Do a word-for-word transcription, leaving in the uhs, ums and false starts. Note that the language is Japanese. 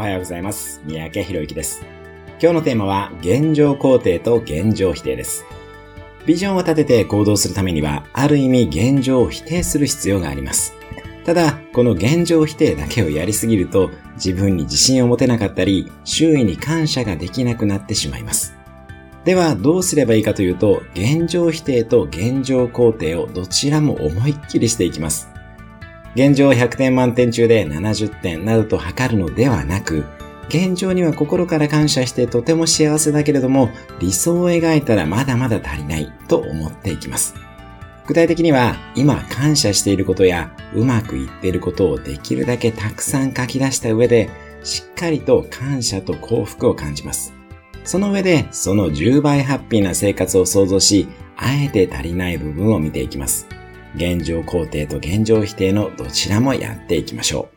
はようございます。三宅博之です。今日のテーマは現状肯定と現状否定です。ビジョンを立てて行動するためには、ある意味現状を否定する必要があります。ただ、この現状否定だけをやりすぎると、自分に自信を持てなかったり、周囲に感謝ができなくなってしまいます。では、どうすればいいかというと、現状否定と現状肯定をどちらも思いっきりしていきます。現状ひゃくてん満点中でななじゅってんなどと測るのではなく、現状には心から感謝してとても幸せだけれども、理想を描いたらまだまだ足りないと思っていきます。具体的には、今感謝していることやうまくいっていることをできるだけたくさん書き出した上で、しっかりと感謝と幸福を感じます。その上で、そのじゅうばいハッピーな生活を想像し、あえて足りない部分を見ていきます。現状肯定と現状否定のどちらもやっていきましょう。